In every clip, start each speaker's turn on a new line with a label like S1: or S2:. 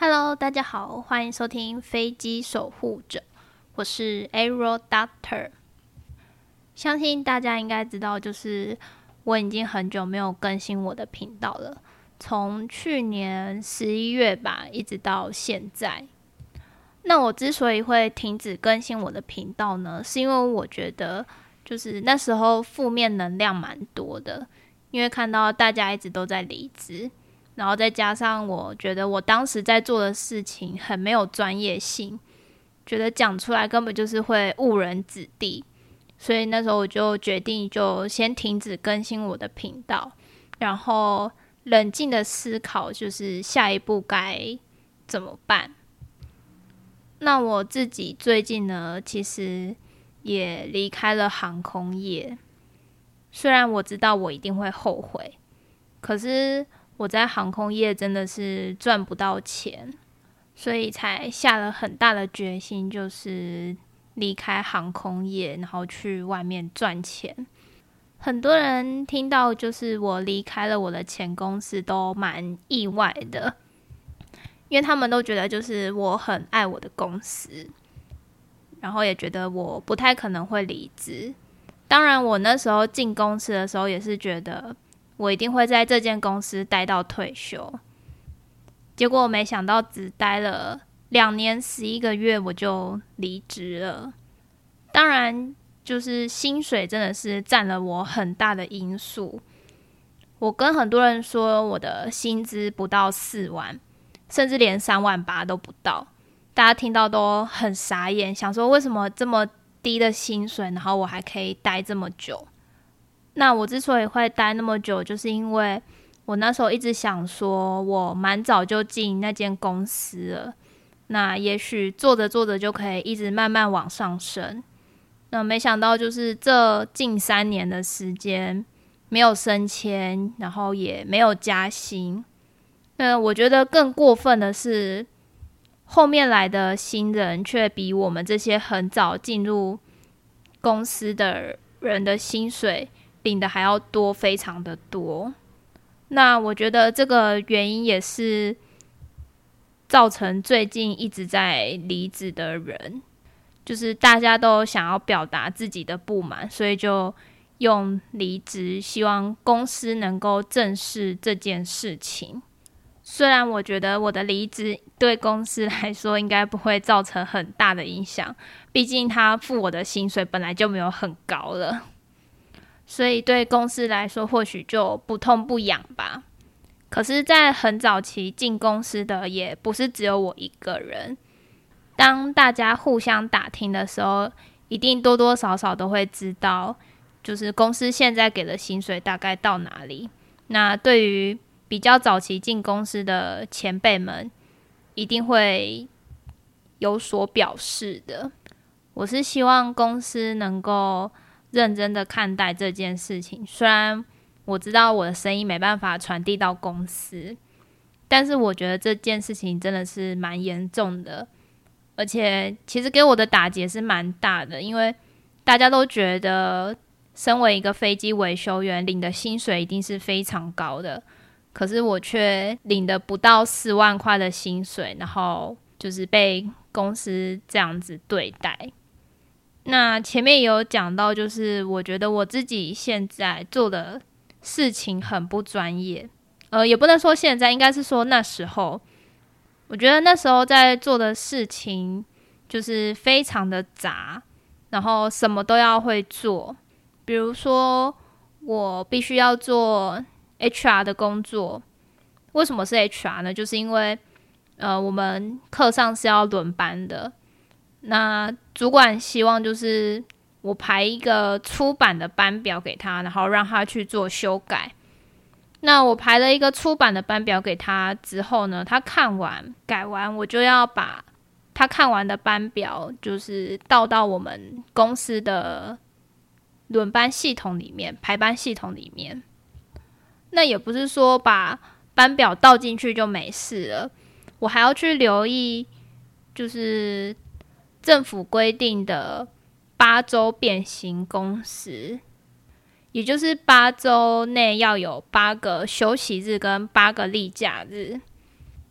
S1: Hello， 大家好，欢迎收听飞机守护者，我是 Aero Doctor。相信大家应该知道，就是我已经很久没有更新我的频道了，从去年11月吧，一直到现在。那我之所以会停止更新我的频道呢，是因为我觉得就是那时候负面能量蛮多的，因为看到大家一直都在离职。然后再加上我觉得我当时在做的事情很没有专业性，觉得讲出来根本就是会误人子弟，所以那时候我就决定就先停止更新我的频道，然后冷静的思考就是下一步该怎么办。那我自己最近呢，其实也离开了航空业，虽然我知道我一定会后悔，可是我在航空业真的是赚不到钱，所以才下了很大的决心，就是离开航空业，然后去外面赚钱。很多人听到就是我离开了我的前公司都蛮意外的，因为他们都觉得就是我很爱我的公司，然后也觉得我不太可能会离职。当然我那时候进公司的时候也是觉得我一定会在这间公司待到退休，结果我没想到只待了2年11个月我就离职了。当然就是薪水真的是占了我很大的因素，我跟很多人说我的薪资不到4万，甚至连3万8都不到，大家听到都很傻眼，想说为什么这么低的薪水，然后我还可以待这么久。那我之所以会待那么久，就是因为我那时候一直想说我蛮早就进那间公司了，那也许做着做着就可以一直慢慢往上升。那没想到就是这近3年的时间没有升迁，然后也没有加薪。那我觉得更过分的是，后面来的新人却比我们这些很早进入公司的人的薪水领的还要多，非常的多。那我觉得这个原因也是造成最近一直在离职的人，就是大家都想要表达自己的不满，所以就用离职，希望公司能够正视这件事情。虽然我觉得我的离职对公司来说应该不会造成很大的影响，毕竟他付我的薪水本来就没有很高了，所以对公司来说或许就不痛不痒吧。可是在很早期进公司的也不是只有我一个人，当大家互相打听的时候，一定多多少少都会知道就是公司现在给的薪水大概到哪里。那对于比较早期进公司的前辈们一定会有所表示的。我是希望公司能够认真的看待这件事情，虽然我知道我的声音没办法传递到公司，但是我觉得这件事情真的是蛮严重的，而且其实给我的打击是蛮大的，因为大家都觉得身为一个飞机维修员领的薪水一定是非常高的，可是我却领的不到4万块的薪水，然后就是被公司这样子对待。那前面也有讲到，就是我觉得我自己现在做的事情很不专业，也不能说现在，应该是说那时候，我觉得那时候在做的事情就是非常的杂，然后什么都要会做。比如说我必须要做 HR 的工作，为什么是 HR 呢？就是因为我们课上是要轮班的，那主管希望就是我排一个出版的班表给他，然后让他去做修改。那我排了一个出版的班表给他之后呢，他看完改完，我就要把他看完的班表就是倒到我们公司的轮班系统里面，排班系统里面。那也不是说把班表倒进去就没事了，我还要去留意就是政府规定的8周变形工时，也就是8周内要有8个休息日跟8个例假日。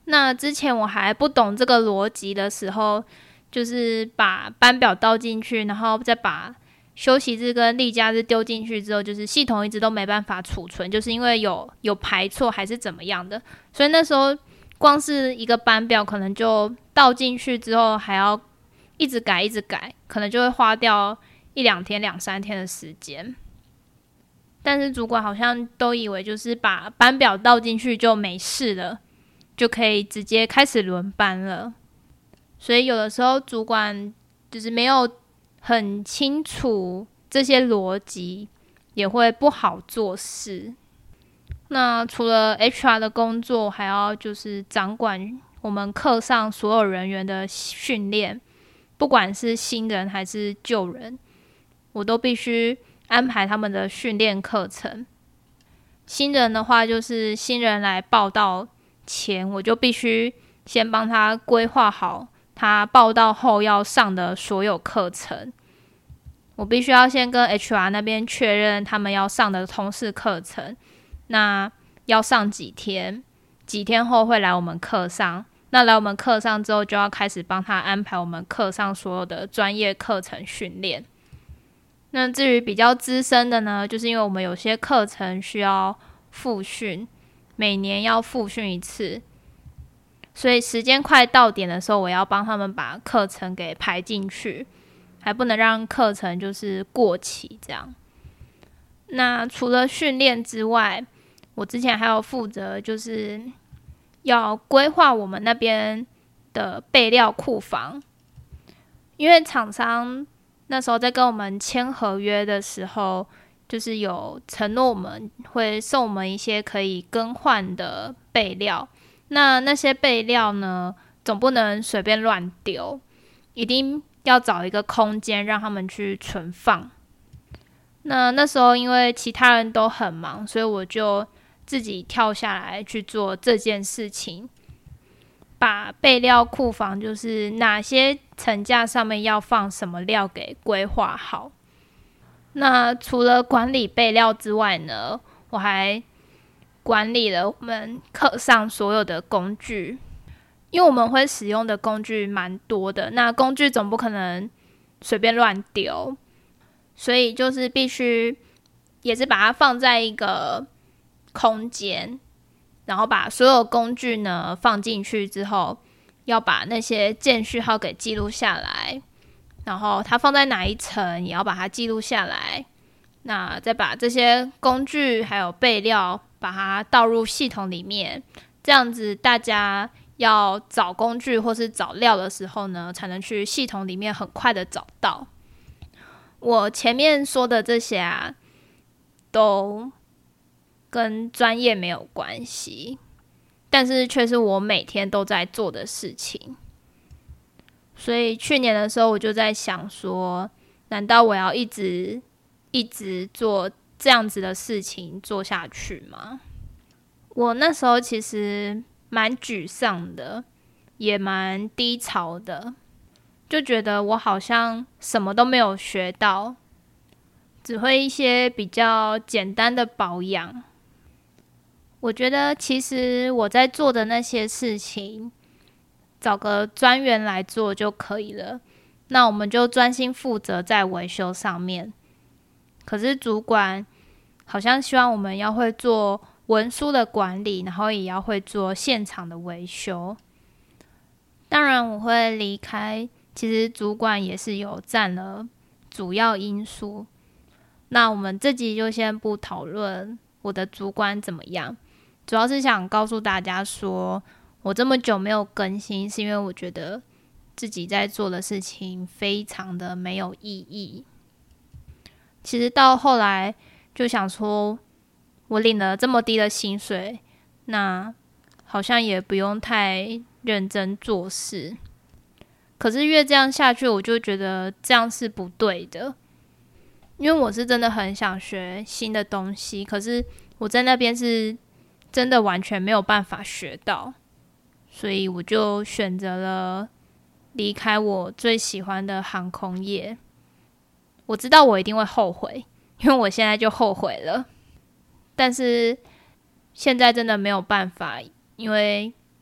S1: 那之前我还不懂这个逻辑的时候，就是把班表倒进去，然后再把休息日跟例假日丢进去之后，就是系统一直都没办法储存，就是因为有排错还是怎么样的，所以那时候光是一个班表可能就倒进去之后还要一直改，可能就会花掉1-2天、2-3天的时间。但是主管好像都以为就是把班表倒进去就没事了，就可以直接开始轮班了。所以有的时候主管就是没有很清楚这些逻辑，也会不好做事。那除了 HR 的工作，还要就是掌管我们课上所有人员的训练，不管是新人还是旧人，我都必须安排他们的训练课程。新人的话，就是新人来报到前，我就必须先帮他规划好他报到后要上的所有课程。我必须要先跟 HR 那边确认他们要上的通识课程，那要上几天后会来我们课上，那来我们课上之后就要开始帮他安排我们课上所有的专业课程训练。那至于比较资深的呢，就是因为我们有些课程需要复训，每年要复训一次，所以时间快到点的时候，我要帮他们把课程给排进去，还不能让课程就是过期这样。那除了训练之外，我之前还有负责就是要规划我们那边的备料库房，因为厂商那时候在跟我们签合约的时候，就是有承诺我们会送我们一些可以更换的备料。那些备料呢，总不能随便乱丢，一定要找一个空间让他们去存放。那时候因为其他人都很忙，所以我就自己跳下来去做这件事情，把备料库房就是哪些层架上面要放什么料给规划好。那除了管理备料之外呢，我还管理了我们课上所有的工具，因为我们会使用的工具蛮多的，那工具总不可能随便乱丢，所以就是必须也是把它放在一个空间，然后把所有工具呢放进去之后，要把那些键序号给记录下来，然后它放在哪一层也要把它记录下来，那再把这些工具还有备料把它倒入系统里面，这样子大家要找工具或是找料的时候呢，才能去系统里面很快的找到。我前面说的这些啊，都跟专业没有关系，但是却是我每天都在做的事情。所以去年的时候我就在想说，难道我要一直做这样子的事情做下去吗？我那时候其实蛮沮丧的，也蛮低潮的，就觉得我好像什么都没有学到，只会一些比较简单的保养。我觉得其实我在做的那些事情，找个专员来做就可以了，那我们就专心负责在维修上面。可是主管好像希望我们要会做文书的管理，然后也要会做现场的维修。当然我会离开，其实主管也是有占了主要因素。那我们这集就先不讨论我的主管怎么样，主要是想告诉大家说，我这么久没有更新，是因为我觉得自己在做的事情非常的没有意义。其实到后来就想说，我领了这么低的薪水，那好像也不用太认真做事。可是越这样下去，我就觉得这样是不对的，因为我是真的很想学新的东西，可是我在那边是真的完全没有办法学到，所以我就选择了离开我最喜欢的航空业。我知道我一定会后悔，因为我现在就后悔了，但是现在真的没有办法，因为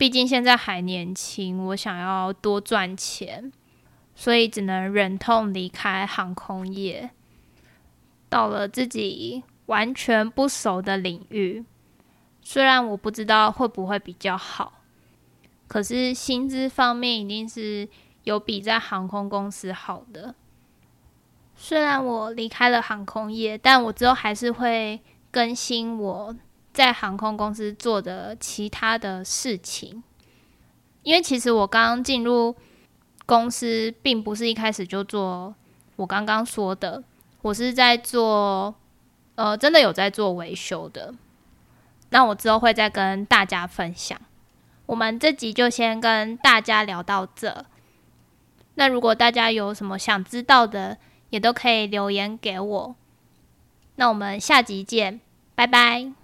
S1: 毕竟现在还年轻，我想要多赚钱，所以只能忍痛离开航空业，到了自己完全不熟的领域。虽然我不知道会不会比较好，可是薪资方面一定是有比在航空公司好的。虽然我离开了航空业，但我之后还是会更新我在航空公司做的其他的事情。因为其实我刚刚进入公司并不是一开始就做我刚刚说的，我是在做真的有在做维修的。那我之后会再跟大家分享。我们这集就先跟大家聊到这。那如果大家有什么想知道的，也都可以留言给我。那我们下集见，拜拜。